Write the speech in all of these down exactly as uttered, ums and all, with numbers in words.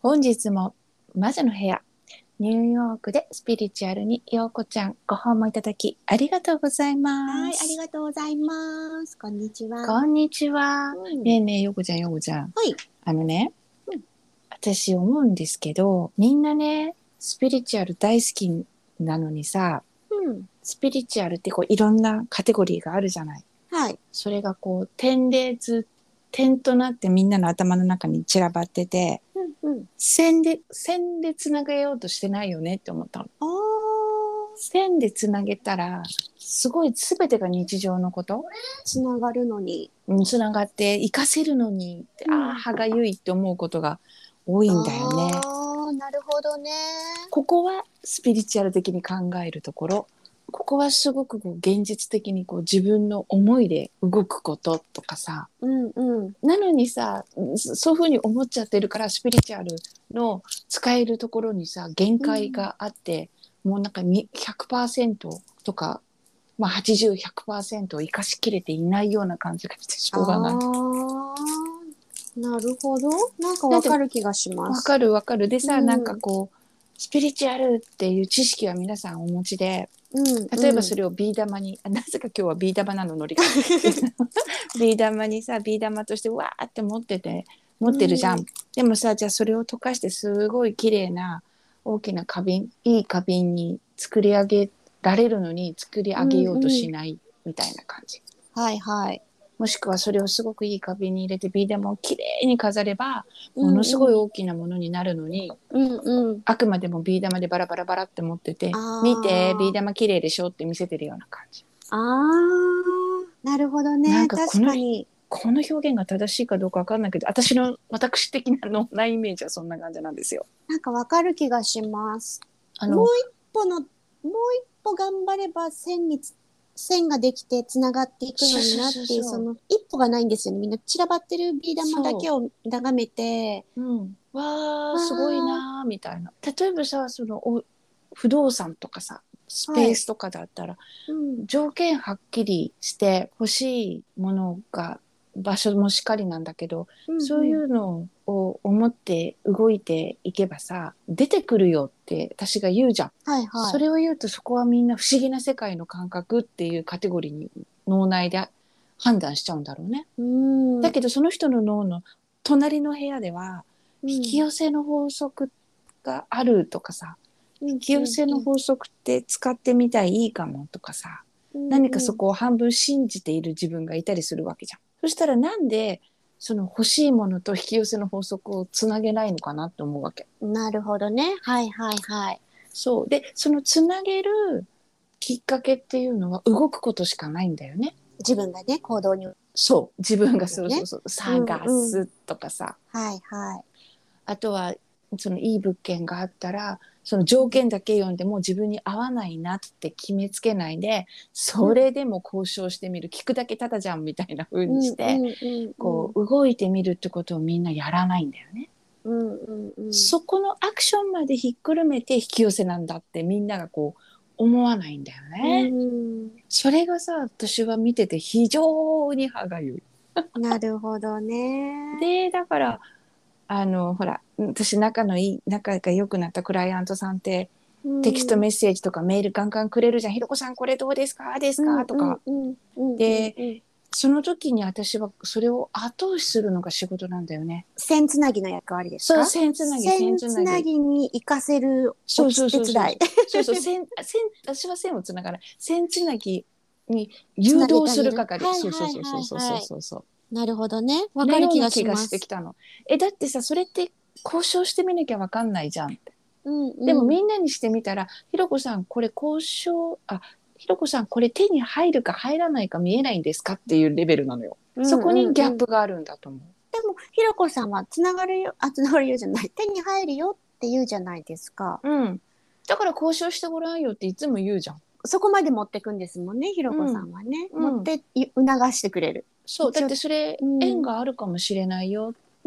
本日も魔女の部屋ニューヨークでスピリチュアルにようこちゃんご訪問いただきありがとうございまはい、ありす。 がとうございます。こんにちは。 こんにちは。 うん、 ねえねえようこちゃんようこちゃん。 はい。 あのね、 うん私思うんですけど、みんなねスピリチュアル大好きなのにさ、 うん、 スピリチュアルってこういろんなカテゴリーがあるじゃない。 はい。 それがこう点列点となってみんなの頭の中に散らばってて、 うん、うん。 線で線でつなげようとしてないよねって思ったの。 あー、 線でつなげたらすごい全てが日常のことつながるのに。 につながって活かせるのに、 うん。 ああ歯がゆいって思うことが多いんだよね。 あー、なるほどね。 ここはスピリチュアル的に考えるところ、ここはすごくこう現実的にこう自分の思いで動くこととかさ、 うん、うん。 なのにさ、そういうふうに思っちゃってるからスピリチュアルの使えるところにさ限界があって、うん、もうなんかひゃくパーセントとか、まあ、はちじゅう、ひゃくパーセントを生かしきれていないような感じがしてしあょうがない。 ー、なるほど。なんかだってわかる気がします。 わかるわかるでさ、 うん、 なんかこうスピリチュアルっていう知識は皆さんお持ちで、 うん、 例えばうん。 それをビー玉に、あ、なぜか今日はビー玉なのノリがビー玉にさビー玉としてわーって持ってて持ってるじゃん。 うん、 でもさ、じゃあそれを溶かしてすごい綺麗な大きな花瓶、いい花瓶に作り上げられるのに作りうん、 上げようとうん。 しないみたいな感じ。 はい、はい。 もしくはそれをすごくいい花瓶に入れてビー玉をきれいに飾ればうん、 ものすごいうん。 大きなものになるのに、 うん、うん。 あくまでもビー玉でバラバラバラって持ってて、見てビーあー。 玉綺麗でしょって見せてるような感じ。 あー、なるほどなんね。 かこの確かに。 この表現が正しいかどうかわかんないけど、私の私的な脳内イメージはそんな感じなんですよ。 なんかわかる気がします。もうあの一歩の、もう一歩頑張れば線につ、線ができてつながっていくのにそうそうなっていう、 そうそう。 その一歩がないんですよね。みんな散らばってるビー玉だけそを眺めて、 う。うん。わわーすごいー、 なーみたいな。例えばさ、そのお不動産とかさ、スはい。 ペースとかだったらうん、 条件はっきりして欲しいものが場所もしっかりなんだけど、 うん、 そういうん。 うのを思って動いていけばさ出てくるよって私が言うじゃん。 はい、はい。 それを言うとそこはみんな不思議な世界の感覚っていうカテゴリーに脳内で判断しちゃうんだろうね。 うーん、 だけどその人の脳の隣の部屋では引きうん、 寄せの法則があるとかさ、 うん、 引きうん、 寄せのうん、 法則って使ってみたらいいかもとかさ、 うん、 何かうん。 そこを半分信じている自分がいたりするわけじゃん。そしたらなんでその欲しいものと引き寄せの法則をつなげないのかなって思うわけ。 なるほどね。はい、はい、はい。 そうで、そのつなげるきっかけっていうのは動くことしかないんだよね。 自分がね、行動に移るそう自分がそうそよね。 うそううん、うん。 探すとかさ、 はい、はい。 あとはそのいい物件があったらその条件だけ読んでも自分に合わないなって決めつけないで、それでも交渉してみる、聞くだけただじゃんみたいな風うん、 にしてうん、うん、うん。 こう動いてみるってことをみんなやらないんだよね。 うん、うん、うん。 そこのアクションまでひっくるめて引き寄せなんだってみんながこう思わないんだようね。 ーん、 それがさ私は見てて非常に歯がゆい。 なるほどね。 でだからあのほら私仲のいい仲が良くなったクライアントさんってうテキストん、 メッセージとかメールガンガンくれるじゃん。ひろこさんこれどうですかですうん、うん、 かとか。 うん、うん、うん、 で、 うん。 その時に私はそれを後押しするのが仕事なんだよね。 線つなぎの役割ですそう、 か？ 線つなぎ、線線つなつなぎ。 ぎに活かせるおそうそうそうそう。 手伝い。 そうそう、線、線、私は線をつながない。線つなぎにつなげ誘導すてあげる。 る係。 はい、 そうそうはい、 そうそうはい、 そうはい。 そうそう。 なるほどね。わなようかる気がな気がしします。 てきたの。え、だってさ、それって交渉してみなきゃわかんないじゃん。 うん、 でもうん。 みんなにしてみたら、ひろこさん、これ交渉、あ、ひろこさん、これ手に入るか入らないか見えないんですかっていうレベルなのよ。 うん、 そこにギャッうん、うん。 プがあるんだと思う。 でも、ひろこさんはつながるよ、あ、つながるよじゃない。手に入るよって言うじゃないですか。 うん。だから交渉してごらんよっていつも言うじゃん。 そこまで持ってくんですもんね、ひろこうん。 さんはね。持うん。 ってい促してくれる。 そう。だ一応、 ってそれ、 うん、 縁があるかもしれないよ。 うん、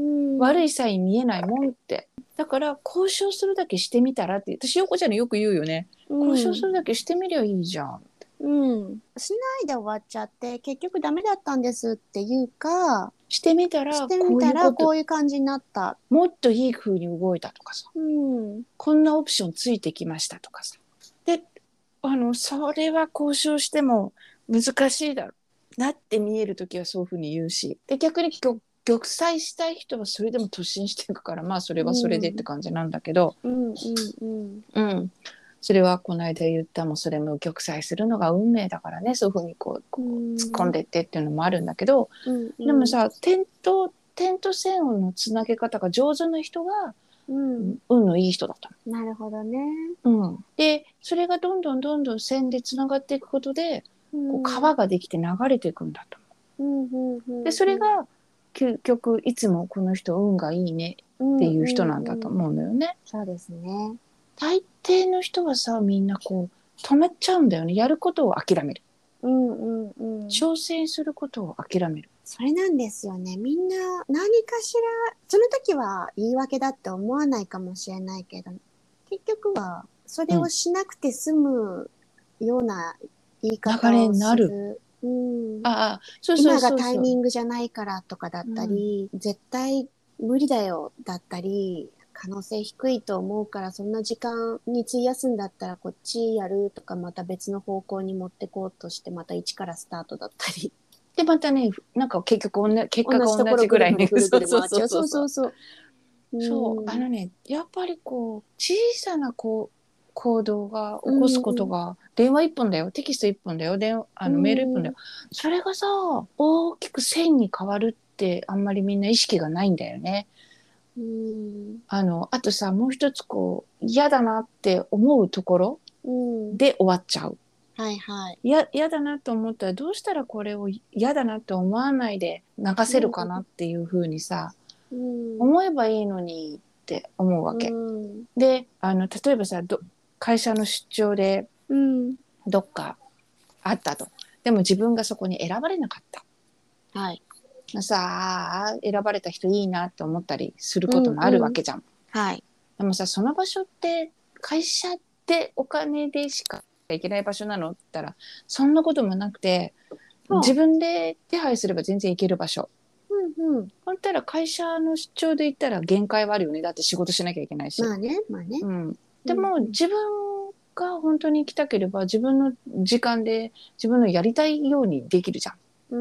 悪いサイン見えないもんって。だから交渉するだけしてみたらって、私、横ちゃんによく言うよね。 う交渉すん、 るだけしてみりゃいいじゃん。 うん。しないで終わっちゃって、結局ダメだったんですっていうか、 してみたらしてこういうみたらことこういう感じになった。 もっといい風に動いたとかさ、 うん。 こんなオプションついてきましたとかさ。で、あの、それは交渉しても難しいだろうなって見えるときはそういうふうに言うし、で、逆に玉玉砕したい人はそれでも突進していくから、まあそれはそれでって感じなんだけど、 うんうんうんうん。それはこの間言ったもん、それも玉砕するのが運命だからね、そういうふうにこう、こう突っ込んでってっていうのもあるんだけど、 うんうん。 でもさ、点と、点と線のつなげ方が上手な人が、 うん、 運のいい人だったなるほどね。 の。うん。で、それがどんどんどんどん線でつながっていくことで、こう川ができて流れていくんだと。 うんうんうん、 で、それが究極いつもこの人運がいいねっていう人なんだと思うのよね。 そうですね。 大抵の人はさ、みんなこう止めちゃうんだよね。やることを諦める。 うんうんうん。 挑戦することを諦める。 それなんですよね。みんな何かしら、その時は言い訳だって思わないかもしれないけど、結局はそれをしなくて済むような言い流れ方をになる。 する。うん、 ああ、そうそう今がそうそう。 タイミングじゃないからとかだったり、うん、絶対無理だよだったり、可能性低いと思うからそんな時間に費やすんだったらこっちやるとか、また別の方向に持ってこうとしてまた一からスタートだったり。 で、またね、なんか結局同じ、結果が同じとこ同じぐらいね。 ろぐるぐるぐるそうそうぐる回っちゃう。そうそうそうそう。 そうそう。 そう、あうん。 のね、やっぱりこう、小さなこう、行動が起こすことうん。 が、電話一本だよ、テキスト一本だよ、電あうのメール一本だよ。 ん。 それがさ、大きく線に変わるってあんまりみんな意識がないんだよね。 うん。 あの、あとさ、もう一つこう、嫌だなって思うところうん。 で終わっちゃう。 はいはい。 いや、嫌だなと思ったらどうしたらこれを嫌だなって思わないで流せるかなっていうふうにさ、 うん。 思えばいいのにって思うわうけ。 ん。 で、あの、例えばさ、ど会社の出張でうん。 どっかあったと。でも自分がそこに選ばれなかった。 はい。 さあ、選ばれた人いいなって思ったりすることもあるうんうん。 わけじゃん。 はい。 でもさ、その場所って会社ってお金でしか行けない場所なのって言ったら、そんなこともなくて、自分で手配すれば全然行ける場所。 うんうん。 ほんたら会社の出張で行ったら限界はあるよね。だって仕事しなきゃいけないし。 まあね、まあね。 うん。でも、 うんうん。 自分が本当に行きたければ自分の時間で自分のやりたいようにできるじゃん。 うん。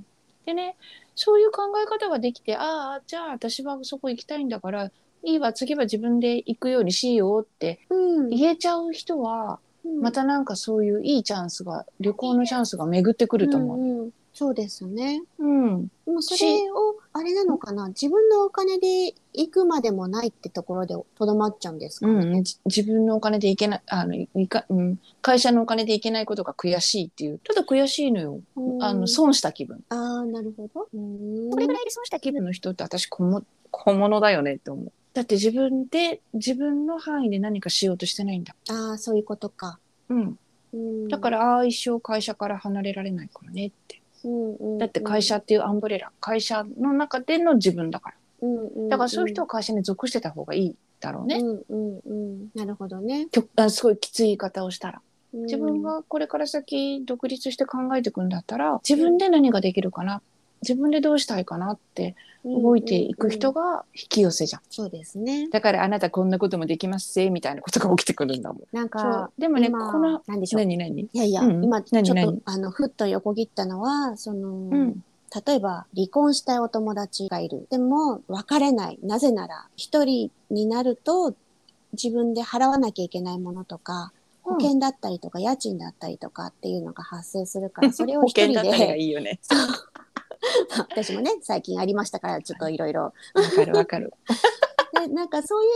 でね、そういう考え方ができて、ああ、じゃあ私はそこ行きたいんだから、いいわ、次は自分で行くようにしようってうん。 言えちゃう人は、 うん。 またなんかそういういいチャンスが、旅行のチャンスが巡ってくうると思う。 んうん。そうですね。 うん。 もうそし、 れを、あれなのかな、自分のお金で行くまでもないってところでとどまっちゃうんですかね。 うん、じ自分のお金で行けない、あの、いか、うん、会社のお金で行けないことが悔しいっていう。ただ悔しいのよ。あの、 うん。 損した気分。 ああ、なるほど。うこれぐん。 らいで損した気分の人って私小も、小物だよねって思う。だって自分で、自分の範囲で何かしようとしてないんだ。 ああ、そういうことか。 うん。 うん。 だから、ああ、一生会社から離れられないからねって。 うんうんだってうん。 会社っていうアンブレラ、会社の中での自分だから。 うんうんだからそういう人うん。 は会社に属してた方がいいだろうね。 うんうんうん。なるほどね。 きょあすごいきつい言い方をしたら。 うん。 自分がこれから先独立して考えていくんだったら、自分で何ができるかな、自分でどうしたいかなって動いていく人が引き寄せじゃん。 そうですね。 だからあなたこんなこともできますせみたいなことが起きてくるんだもん。 なんか、 そう。でもね、 今、 この、 なんでしょう。 何何いやいや、 うん、 今、ちょっと、 何何あの、ふっと横切ったのは、その、 うん。 例えば、離婚したいお友達がいる。でも、別れない。なぜなら、一人になると、自分で払わなきゃいけないものとか、保険だったりとか、家賃だったりとかっていうのが発生するから、それを保一人険だったりがで、 いいよね。 そう。私もね、最近ありましたから、ちょっといろいろ。 わかるわかる。 で、なんかそういう、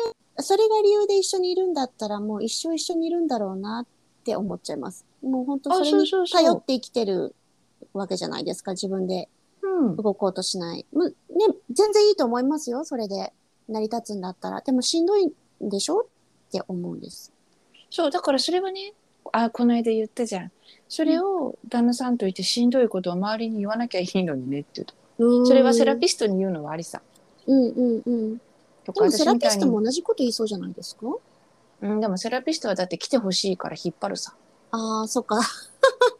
それが理由で一緒にいるんだったら、もう一生一緒にいるんだろうなって思っちゃいます。もう本当そあ、 れにそうそうそう。 頼って生きてるわけじゃないですか、自分でうん。 動こうとしない。むね、全然いいと思いますよ、それで成り立つんだったら。でもしんどいんでしょって思うんです。 そう、だからそれはね、あ、この間言ったじゃん。それを旦那さんと言ってしんどいことを周りに言わなきゃいいのにねって言うと。 うそれはセラーん。 ピストに言うのはありさ。 うんうんうん。 とか、 でもセラピ私みたいに、 ストも同じこと言いそうじゃないですか？ うん、でもセラピストはだって来てほしいから引っ張るさ。 ああ、そっか。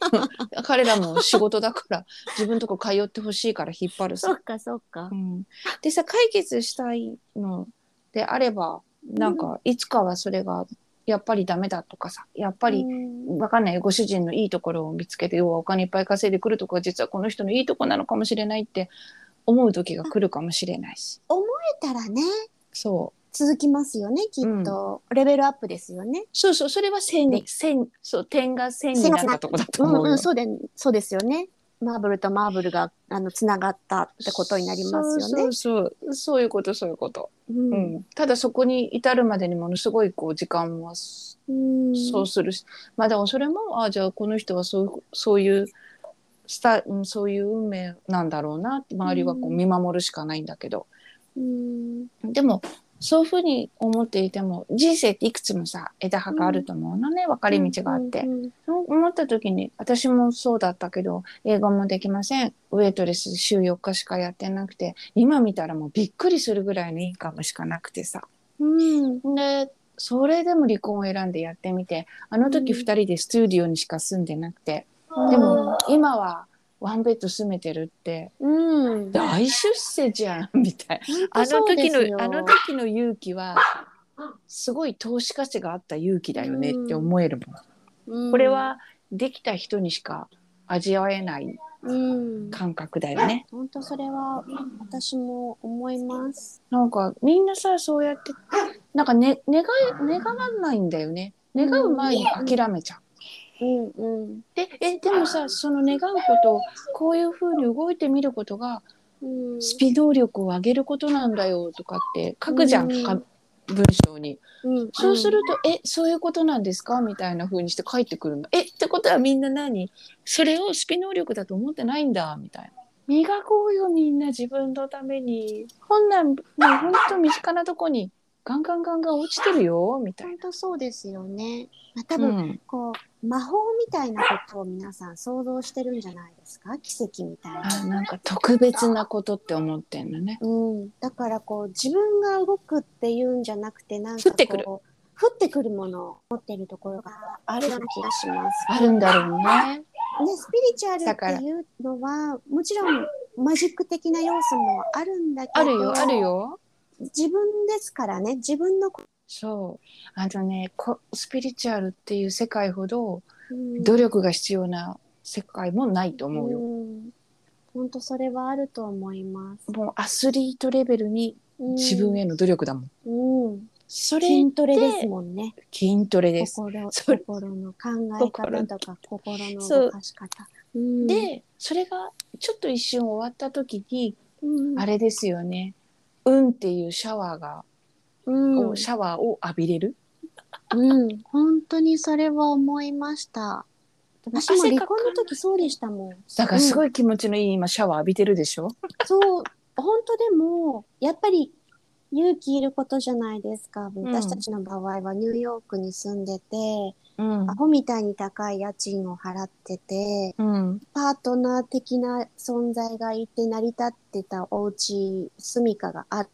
彼らも仕事だから自分のとこ通ってほしいから引っ張るさ。 そっかそっかう。ん、でさ解決したいのであればなんかいつかはそれがやっぱりダメだとかさやっぱりうんわかんないご主人のいいところを見つけて要はお金いっぱい稼いでくるとか実はこの人のいいとこなのかもしれないって思う時が来るかもしれないし。 思えたらね、 そう続きますよね、きっと。レベルアップですよね。 そうそうそれは線で線そう点が線になったとこだと思うよ。 うんうん、そうで、そうですよね。マーブルとマーブルがあのつながったってことになりますよね。 そうそうそうそういうことそういうこと、 ううんん、ただそこに至るまでにものすごいこう時間はうんそうするし、まあでもそれもあじゃあこの人はそうそういうスタうんそういう運命なんだろうなって周りはこう見守るしかないんだけど、 うんでもそういうふうに思っていても人生っていくつもさ枝葉があると思うのね、分かれ道があって、 うんうんそう思った時に私もそうだったけど英語もできません、ウェイトレス週よっかしかやってなくて今見たらもうびっくりするぐらいのインカムしかなくてさ、 うんでそれでも離婚を選んでやってみてあの時ふたりでスタジオにしか住んでなくて、でも今はワンベッド住めてるってうん、 大出世じゃんみたいな、あの本当そうで時のすよ。 あの時の勇気はすごい投資価値があった勇気だよねって思えるもん、 うん、 これはできた人にしか味わえない感覚だよね、 うん、本当それは私も思います。 なんかみんなさそうやってなんか、ね、願い願わないんだよね、願う前に諦めちゃう、 うんうん、 でえでもさその願うことをこういう風に動いてみることがスピ能力を上げることなんだよとかって書くじゃん、 うん、 文章に、 うん、 そうするとえそういうことなんですかみたいな風にして書いてくるの、えってことはみんな何それをスピ能力だと思ってないんだみたいな、磨こうよみんな自分のために、こんなんもうほんと身近なとこにガンガンガンガン落ちてるよみたいな、 本当そうですよね。まあ、多分、うん、こう魔法みたいなことを皆さん想像してるんじゃないですか、奇跡みたいな。 あなんか特別なことって思ってんのね、 うん、だからこう自分が動くっていうんじゃなくてなんかこう降ってくる降ってくるものを持っているところがあるような気がします。 あるんだろうね。 ね、スピリチュアルっていうのはもちろんマジック的な要素もあるんだけど、 あるよあるよ。 自分ですからね、自分のそうあのねこスピリチュアルっていう世界ほど努力が必要な世界もないと思うよ。 本当、うん、それはあると思います。 もうアスリートレベルに自分への努力だもん。 うん、 それ筋トレですもんね。 筋トレです。 心、心の考え方とか心の動かし方。 うん、でそれがちょっと一瞬終わった時に、うん、あれですよね。運っていうシャワーが、うん、シャワーを浴びれる。 うん、本当にそれは思いました。私も離婚の時そうでしたもん。 だからすごい気持ちのいい今シャワー浴びてるでしょ。 そう本当でもやっぱり勇気いることじゃないですか。うん、私たちの場合はニューヨークに住んでて、うん、アホみたいに高い家賃を払ってて、うん、パートナー的な存在がいて成り立ってたお家住処があって、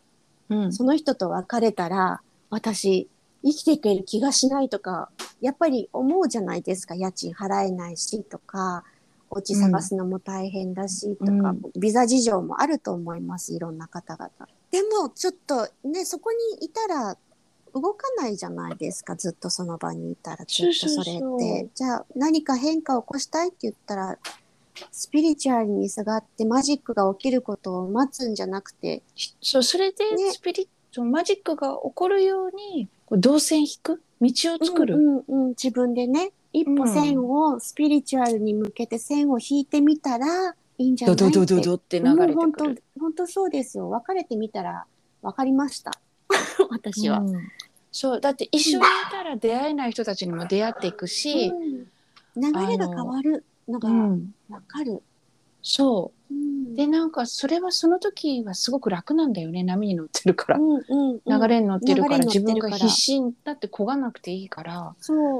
うん、その人と別れたら私生きていける気がしないとかやっぱり思うじゃないですか。家賃払えないしとかお家探すのも大変だしとか、うん、ビザ事情もあると思います、いろんな方々。でもちょっとねそこにいたら動かないじゃないですか。ずっとその場にいたらずっとそれって。そうそうそう。じゃあ何か変化を起こしたいって言ったらスピリチュアルにすがってマジックが起きることを待つんじゃなくて、 そうそれでスピリ、ね、そのマジックが起こるように動線引く道を作る、 うんうんうん、自分でね一歩線をスピリチュアルに向けて線を引いてみたらいいんじゃないって。 ドドドドドって流れてくる。 本当本当そうですよ。別れてみたら分かりました私は、うん、 そうだって一緒にいたら出会えない人たちにも出会っていくし、 うん、流れが変わるのが分かる、うん、 そう、うん、でなんかそれはその時はすごく楽なんだよね。波に乗ってるから、うんうんうん、流れに乗ってるから自分が必死になって漕がなくていいから。 そう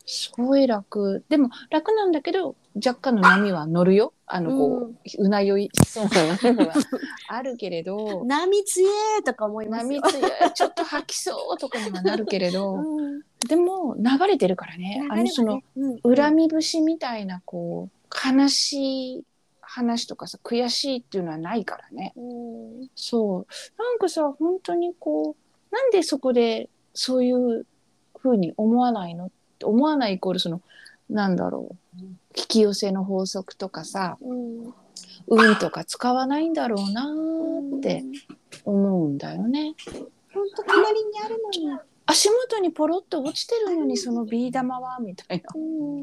すごい楽。でも楽なんだけど若干の波は乗るよ。あのこう、うな酔いしそうな波はあるけれど波強えとか思いますよ。 波強いちょっと吐きそうとかにはなるけれど、 うん、 でも流れてるからね。あのその恨み節みたいなこう悲しい話とかさ悔しいっていうのはないからね。 うん、 そうなんかさ本当にこうなんでそこでそういう風に思わないのって思わないイコールそのなんだろう引き寄せの法則とかさ、 うん、 運とか使わないんだろうなって思うんだよね。 本当隣にあるのに足元にポロッと落ちてるのにそのビー玉はみたいな、 うん、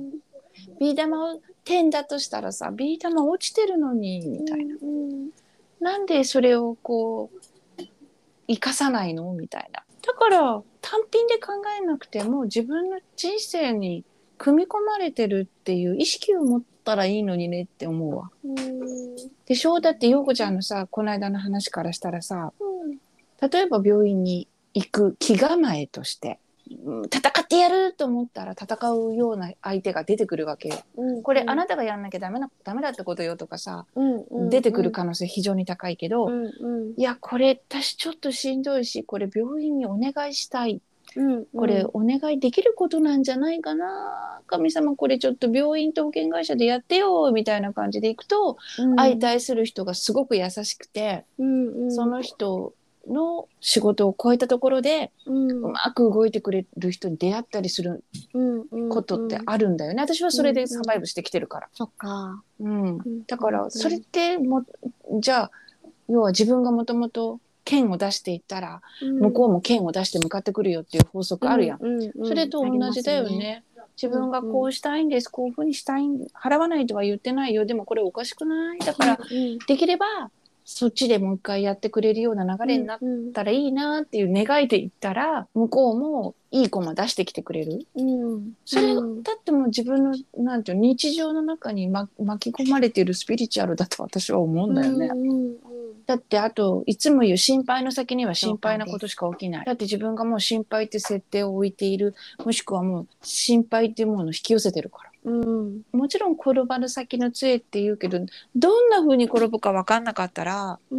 ビー玉を点だとしたらさビー玉落ちてるのにみたいな、 うん、 なんでそれをこう生かさないのみたいな。だから単品で考えなくても自分の人生に組み込まれてるっていう意識を持ったらいいのにねって思うわ。 うん、 でしょ。だって陽子ちゃんのさこの間の話からしたらさ、 うん、 例えば病院に行く気構えとして戦ってやると思ったら戦うような相手が出てくるわけよ。うん、これあなたがやんなきゃダメなダメだってことよとかさ、うんうん、出てくる可能性非常に高いけど、うんうん、いやこれ私ちょっとしんどいしこれ病院にお願いしたい、うんうん、これお願いできることなんじゃないかな、神様これちょっと病院と保険会社でやってよみたいな感じでいくと、うん、相対する人がすごく優しくて、うんうん、その人の仕事を超えたところで、うん、うまく動いてくれる人に出会ったりすることってあるんだよね。私はそれでサバイブしてきてるから。 そっか。 うん、だからそれってもじゃあ要は自分がもともと剣を出していったら、うん、向こうも剣を出して向かってくるよっていう法則あるやん。うんうんうん、それと同じだよね。ね自分がこうしたいんです、こういうふうにしたいんです、払わないとは言ってないよ、でもこれおかしくない、だから、うんうん、できればそっちでもう一回やってくれるような流れになったらいいなっていう願いで言ったら、向こうもいい駒出してきてくれる、うん、それだってもう自分のなんていう日常の中に、ま、巻き込まれているスピリチュアルだと私は思うんだよね、うんうん、だってあといつも言う心配の先には心配なことしか起きない。だって自分がもう心配って設定を置いている、もしくはもう心配っていうものを引き寄せてるから、うん、もちろん転ばぬ先の杖って言うけどどんな風に転ぶか分かんなかったら、うん、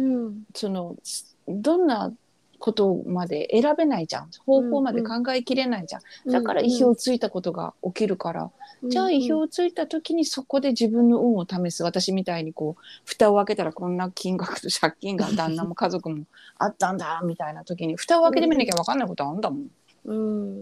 そのどんなことまで選べないじゃん、方法まで考えきれないじゃん、うんうん、だから意表をついたことが起きるから、うんうん、じゃあ意表をついた時にそこで自分の運を試す、私みたいにこう蓋を開けたらこんな金額と借金が旦那も家族もあったんだみたいな時に蓋を開けてみなきゃ分かんないことあるんだもん、うん、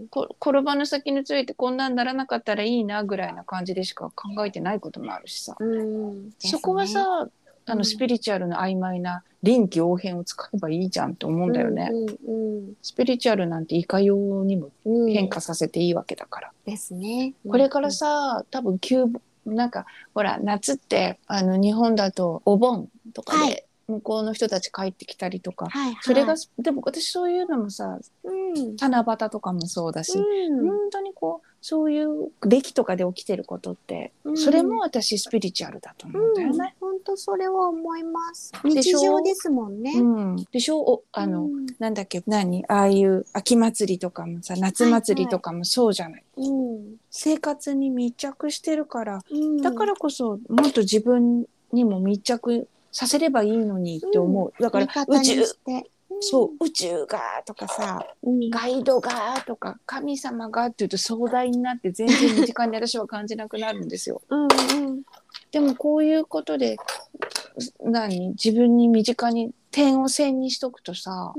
転ばぬ先についてこんなんならなかったらいいなぐらいな感じでしか考えてないこともあるしさ、うん、そこはさ、あのスピリチュアルの曖昧な臨機応変を使えばいいじゃんって思うんだよね、うんうんうん、スピリチュアルなんていかようにも変化させていいわけだから、 うん、ですね、 これからさ多分急なんかほら夏ってあの日本だとお盆とかで、はい向こうの人たち帰ってきたりとか、はいはい、それがでも私そういうのもさ、うん、七夕とかもそうだし、うん、本当にこうそういう歴とかで起きてることって、うん、それも私スピリチュアルだと思うんだよね、 うん、本当それは思います。日常ですもんね。 うん、でしょおあの、うん、なんだっけ何ああいう秋祭りとかもさ夏祭りとかもそうじゃない、はいはい、うん、生活に密着してるから、うん、だからこそもっと自分にも密着させればいいのにって思う、うん、だから宇宙、うん、そう宇宙がとかさ、うん、ガイドがとか神様がっていうと壮大になって全然身近に私は感じなくなるんですようん、うん、でもこういうことで何自分に身近に点を線にしとくとさ、うん、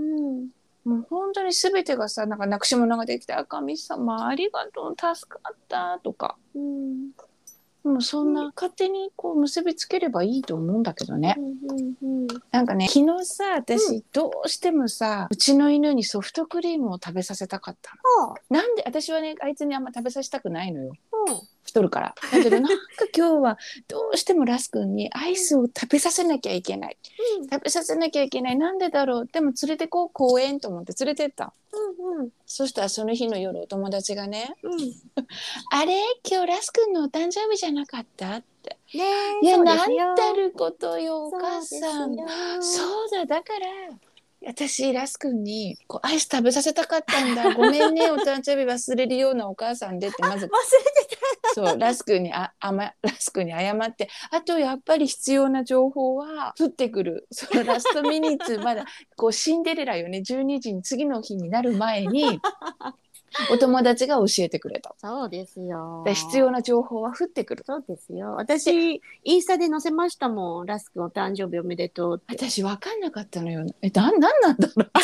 もう本当に全てがさなんかなくし物ができた神様ありがとう助かったとか、うんもうそんな勝手にこう結びつければいいと思うんだけどね、うんうんうん、なんかね昨日さ私どうしてもさ、うん、うちの犬にソフトクリームを食べさせたかったの、うん、なんで私はねあいつにあんま食べさせたくないのよ、うん、太るからだけどなんか今日はどうしてもラス君にアイスを食べさせなきゃいけない、うん、食べさせなきゃいけないなんでだろうでも連れてこう公園と思って連れてった、うんうん、そしたらその日の夜お友達がね、うん、あれ今日ラス君のお誕生日じゃなかったって、ね、いやなんたることよお母さんそうだだから私ラス君にこうアイス食べさせたかったんだ、ごめんねお誕生日忘れるようなお母さんでってまず忘れてそうラス君にああ、ま、ラス君に謝って、あとやっぱり必要な情報は降ってくる、そのラストミニッツまだこうシンデレラよね、じゅうにじに次の日になる前にお友達が教えてくれた。 そうですよ。 で必要な情報は降ってくる。 そうですよ。私、インスタで載せましたもん。ラス君お誕生日おめでとうって。 私分かんなかったのよ。え、な、なんなんだろう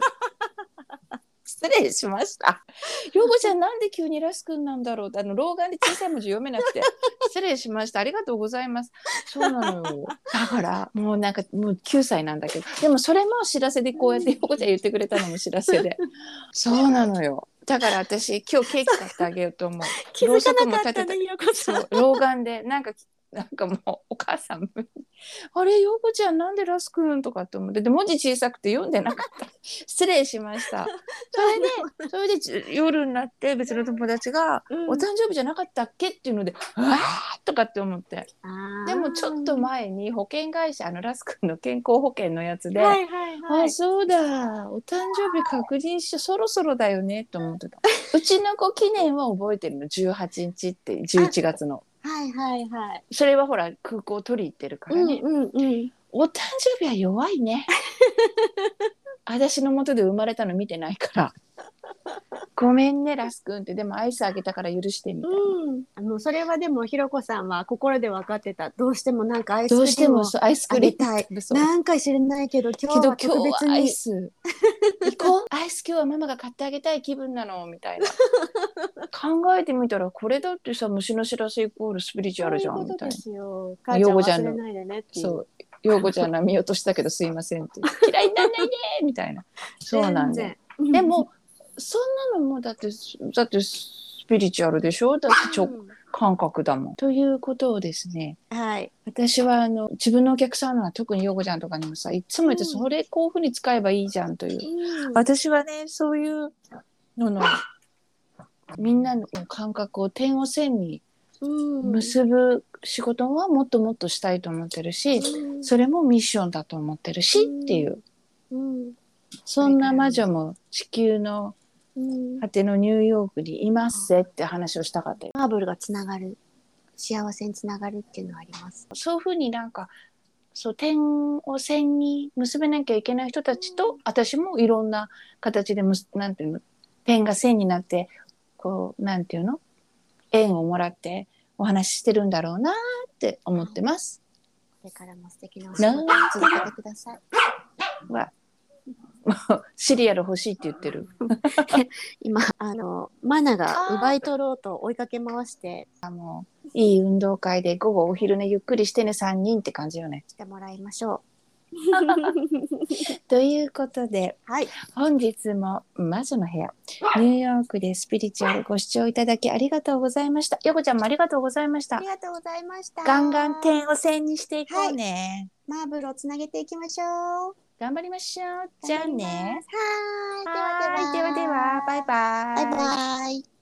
失礼しました。ヨゴちゃんなんで急にラス君なんだろうって、あの老眼で小さい文字読めなくて失礼しました。ありがとうございます。そうなのよ。だからもうなんかもうきゅうさいなんだけど、でもそれも知らせでこうやってヨゴちゃん言ってくれたのも知らせでそうなのよ。だから私今日ケーキ買ってあげようと思う。 気づかなかったね、ひろこさん。 そう老眼でなんかなんかもうお母さんあれヨコちゃんなんでラスくんとかって思ってで文字小さくて読んでなかった失礼しました。それでそれで夜になって別の友達が、うん、お誕生日じゃなかったっけっていうのであーとかって思って、でもちょっと前に保険会社のラスくんの健康保険のやつで、はいはいはい、あそうだお誕生日確認してそろそろだよねと思ってたうちの子記念は覚えてるのじゅうはちにちってじゅういちがつのはいはいはい。 それはほら空港取り行ってるからね、うんうんうん、お誕生日は弱いね私の元で生まれたの見てないからごめんねラスくんってでもアイスあげたから許してみたいな、 うん、あのそれはでもひろこさんは心で分かってた。どうしてもなんかアイスクリームをあげたい。なんか知れないけど今日は特別にアイス行こうアイス今日はママが買ってあげたい気分なのみたいな考えてみたらこれだってさ虫の知らせイコールスピリチュアルじゃんみたいな。ヨーゴちゃんのそうヨーゴちゃんの見落としたけどすいませんって嫌いにならないでみたいなそうなんででもそんなのもだってだってスピリチュアルでしょだって直感覚だもん、うん、ということをですね、はい、私はあの自分のお客さんは特にヨーゴちゃんとかにもさいつも言って、うん、それこういうふうに使えばいいじゃんという、うん、私はねそういうののみんなの感覚を点を線に結ぶ仕事はもっともっとしたいと思ってるし、うん、それもミッションだと思ってるし、うん、っていう、うん、そんな魔女も地球の果てのニューヨークにいますぜって話をしたかったよ。 マーブルがつながる幸せにつながるっていうのはあります。 そういうふうになんかそう点を線に結べなきゃいけない人たちと、うん、私もいろんな形でむなんていうの点が線になってこうなんていうの縁をもらってお話ししてるんだろうなって思ってます。 これからも素敵なお仕事を続けてください。 わシリアル欲しいって言ってる今あのマナが奪い取ろうと追いかけ回してあもういい運動会で午後お昼寝ゆっくりしてねさんにんって感じよね。 してもらいましょうということで、 はい、 本日も魔女の部屋ニューヨークでスピリチュアルご視聴いただきありがとうございました。ヨコちゃんもありがとうございました。 ありがとうございました。 ガンガン点を線にしていこうね、 はい、マーブルをつなげていきましょう。 頑張りましょう。じゃあね。 はい。ではでは。 ではでは。バイバイ。 バイバイ。